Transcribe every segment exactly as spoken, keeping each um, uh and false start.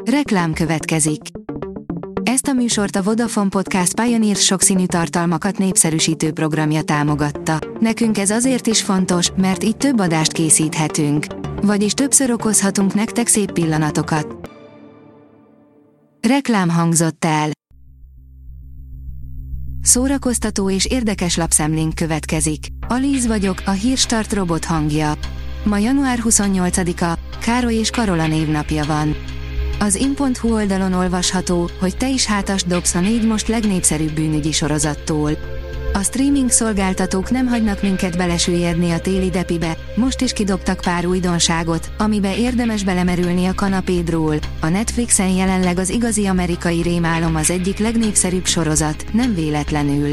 Reklám következik. Ezt a műsort a Vodafone Podcast Pioneer sokszínű tartalmakat népszerűsítő programja támogatta. Nekünk ez azért is fontos, mert így több adást készíthetünk. Vagyis többször okozhatunk nektek szép pillanatokat. Reklám hangzott el. Szórakoztató és érdekes lapszemlénk következik. Alíz vagyok, a Hírstart robot hangja. Ma január huszonnyolcadika, Károly és Karola névnapja van. Az in pont hu oldalon olvasható, hogy te is hátast dobsz a négy most legnépszerűbb bűnügyi sorozattól. A streaming szolgáltatók nem hagynak minket belesüllyedni a téli depibe, most is kidobtak pár újdonságot, amibe érdemes belemerülni a kanapédról. A Netflixen jelenleg az igazi amerikai rémálom az egyik legnépszerűbb sorozat, nem véletlenül.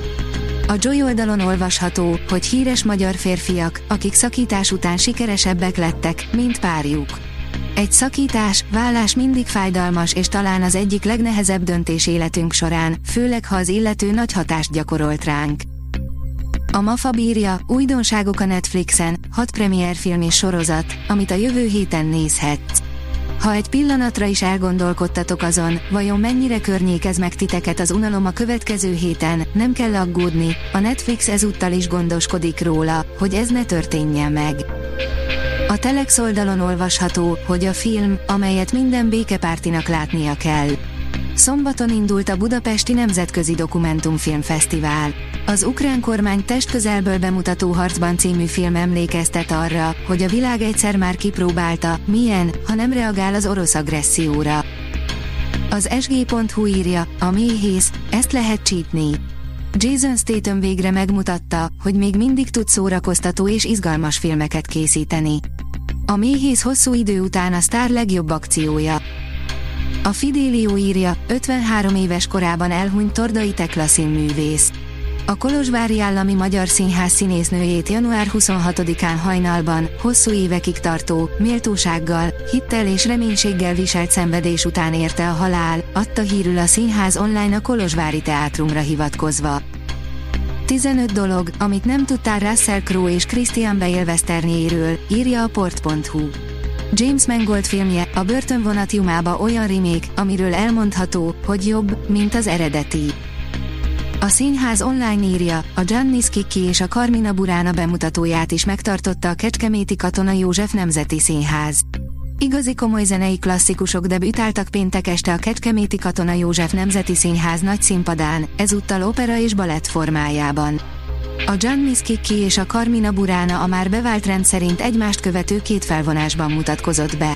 A Joy oldalon olvasható, hogy híres magyar férfiak, akik szakítás után sikeresebbek lettek, mint párjuk. Egy szakítás, vállás mindig fájdalmas és talán az egyik legnehezebb döntés életünk során, főleg ha az illető nagy hatást gyakorolt ránk. A MAFA bírja, újdonságok a Netflixen, hat premierfilm és sorozat, amit a jövő héten nézhetsz. Ha egy pillanatra is elgondolkodtatok azon, vajon mennyire környékez meg titeket az unalom a következő héten, nem kell aggódni, a Netflix ezúttal is gondoskodik róla, hogy ez ne történjen meg. A Telex oldalon olvasható, hogy a film, amelyet minden békepártinak látnia kell. Szombaton indult a Budapesti Nemzetközi Dokumentumfilmfesztivál. Az ukrán kormány testközelből bemutató Harcban című film emlékeztet arra, hogy a világ egyszer már kipróbálta, milyen, ha nem reagál az orosz agresszióra. Az es gé pont hu írja, a méhész, ezt lehet csípni. Jason Statham végre megmutatta, hogy még mindig tud szórakoztató és izgalmas filmeket készíteni. A méhész hosszú idő után a sztár legjobb akciója. A Fidelio írja, ötvenhárom éves korában elhunyt Tordai Tekla színművész. A Kolozsvári Állami Magyar Színház színésznőjét január huszonhatodikán hajnalban, hosszú évekig tartó, méltósággal, hittel és reménységgel viselt szenvedés után érte a halál, adta hírül a színház online a Kolozsvári Teátrumra hivatkozva. tizenöt dolog, amit nem tudtál Russell Crowe és Christian Bale westernjéről, írja a port pont hu. James Mangold filmje, a Börtönvonat Jumába olyan remake, amiről elmondható, hogy jobb, mint az eredeti. A színház online írja, a Giannis Kicki és a Carmina Burana bemutatóját is megtartotta a kecskeméti Katona József Nemzeti Színház. Igazi komoly zenei klasszikusok debütáltak péntek este a kecskeméti Katona József Nemzeti Színház nagy színpadán, ezúttal opera és balett formájában. A Giannis Kicki és a Carmina Burana a már bevált rend szerint egymást követő két felvonásban mutatkozott be.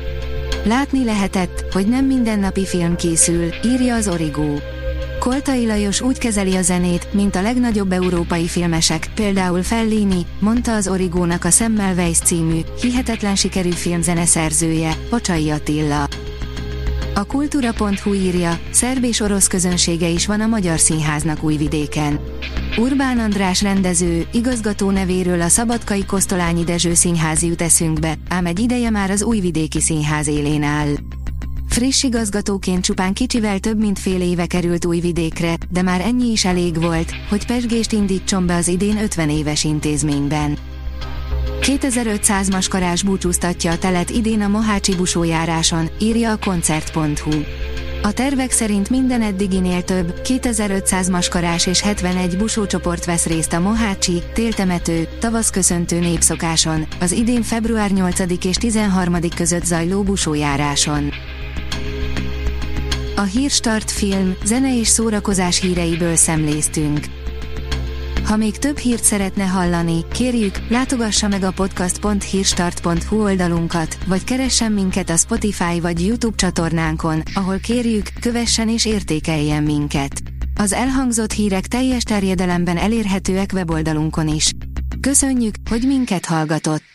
Látni lehetett, hogy nem mindennapi film készül, írja az Origo. Koltai Lajos úgy kezeli a zenét, mint a legnagyobb európai filmesek, például Fellini, mondta az Origónak a Semmelweis című, hihetetlen sikerű film zeneszerzője, Pacsai Attila. A kultúra pont hu írja, szerb és orosz közönsége is van a Magyar Színháznak Újvidéken. Urbán András rendező, igazgató nevéről a szabadkai Kosztolányi Dezső Színház jut eszünkbe, ám egy ideje már az Újvidéki Színház élén áll. Friss igazgatóként csupán kicsivel több mint fél éve került Újvidékre, de már ennyi is elég volt, hogy pezsgést indítson be az idén ötven éves intézményben. kétezer-ötszáz maskarás búcsúztatja a telet idén a Mohácsi busójáráson, írja a koncert pont hu. A tervek szerint minden eddiginél több, kétezer-ötszáz maskarás és hetvenegy busócsoport vesz részt a Mohácsi, téltemető, tavaszköszöntő népszokáson, az idén február nyolcadika és tizenharmadika között zajló busójáráson. A Hírstart film, zene és szórakozás híreiből szemléztünk. Ha még több hírt szeretne hallani, kérjük, látogassa meg a podcast pont hírstart pont hu oldalunkat, vagy keressen minket a Spotify vagy YouTube csatornánkon, ahol kérjük, kövessen és értékeljen minket. Az elhangzott hírek teljes terjedelemben elérhetőek weboldalunkon is. Köszönjük, hogy minket hallgatott!